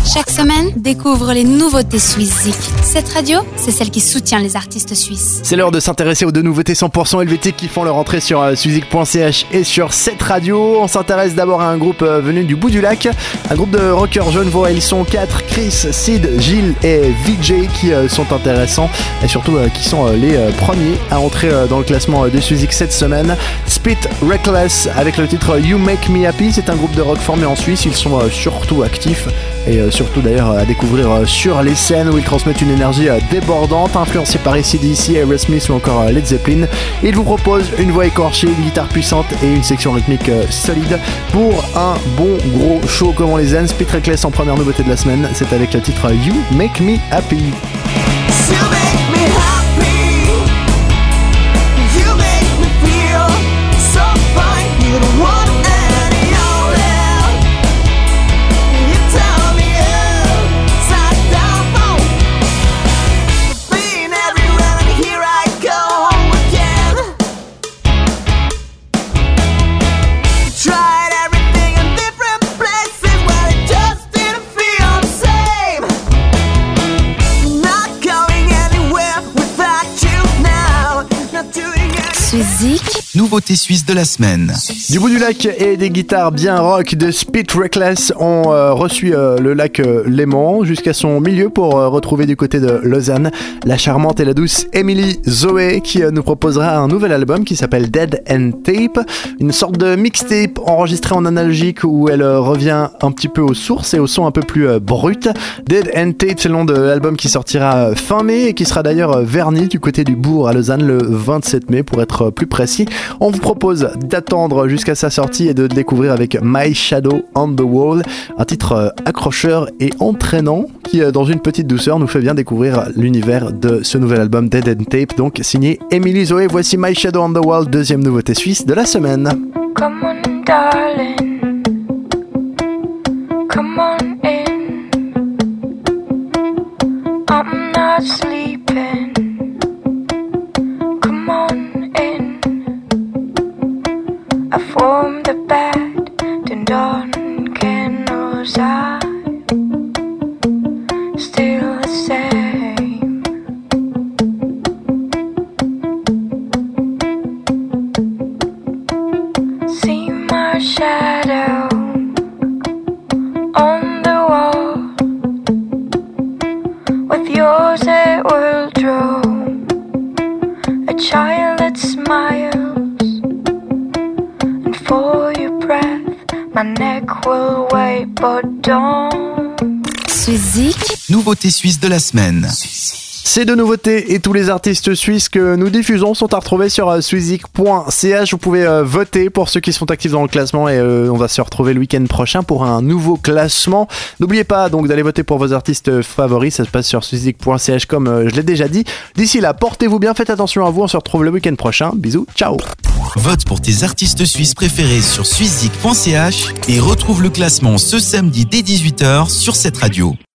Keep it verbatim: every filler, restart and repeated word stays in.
Chaque semaine, découvre les nouveautés Suisse Zik. Cette radio, c'est celle qui soutient les artistes suisses. C'est l'heure de s'intéresser aux deux nouveautés cent pour cent helvétiques qui font leur entrée sur euh, suizik point c h et sur cette radio. On s'intéresse d'abord à un groupe euh, venu du bout du lac, un groupe de rockers genevois. Ils sont quatre, Chris, Sid, Gilles et V J, qui euh, sont intéressants et surtout euh, qui sont euh, les euh, premiers à entrer euh, dans le classement euh, de Suizik cette semaine. Spit Reckless avec le titre You Make Me Happy. C'est un groupe de rock formé en Suisse. Ils sont euh, surtout actifs et euh, surtout d'ailleurs à découvrir euh, sur les scènes où ils transmettent une énergie euh, débordante, influencée par A C D C, Aerosmith ou encore euh, Led Zeppelin. Et ils vous proposent une voix écorchée, une guitare puissante et une section rythmique euh, solide pour un bon gros show comme on les aime. Spit Reckless en première nouveauté de la semaine, c'est avec le titre You Make Me Happy. Suizik. Nouveauté suisse de la semaine. Du bout du lac et des guitares bien rock de Spit Reckless ont euh, reçu euh, le lac euh, Léman jusqu'à son milieu pour euh, retrouver du côté de Lausanne la charmante et la douce Emily Zoé qui euh, nous proposera un nouvel album qui s'appelle Dead and Tape, une sorte de mixtape enregistré en analogique où elle euh, revient un petit peu aux sources et au son un peu plus euh, brut. Dead and Tape, c'est le nom de l'album qui sortira euh, fin mai et qui sera d'ailleurs euh, verni du côté du bourg à Lausanne le vingt-sept mai pour être euh, plus précis. On vous propose d'attendre jusqu'à sa sortie et de le découvrir avec My Shadow on the Wall, un titre accrocheur et entraînant qui, dans une petite douceur, nous fait bien découvrir l'univers de ce nouvel album Dead and Tape, donc signé Emily Zoé. Voici My Shadow on the Wall, deuxième nouveauté suisse de la semaine. Come on, darling. Come on in. I'm not sleeping. Come on in. I formed the bed, then dawn candles out. Still the same. See my shadow on the wall. With yours it will draw a child that smiles. For your breath, my neck will wait, but don't. Suizik. Nouveauté suisse de la semaine. Ces deux nouveautés et tous les artistes suisses que nous diffusons sont à retrouver sur suizik point c h. Vous pouvez euh, voter pour ceux qui sont actifs dans le classement et euh, on va se retrouver le week-end prochain pour un nouveau classement. N'oubliez pas donc d'aller voter pour vos artistes favoris, ça se passe sur suizik point c h comme euh, je l'ai déjà dit. D'ici là, portez-vous bien, faites attention à vous, on se retrouve le week-end prochain. Bisous, ciao. Vote pour tes artistes suisses préférés sur suizik point c h et retrouve le classement ce samedi dès dix-huit heures sur cette radio.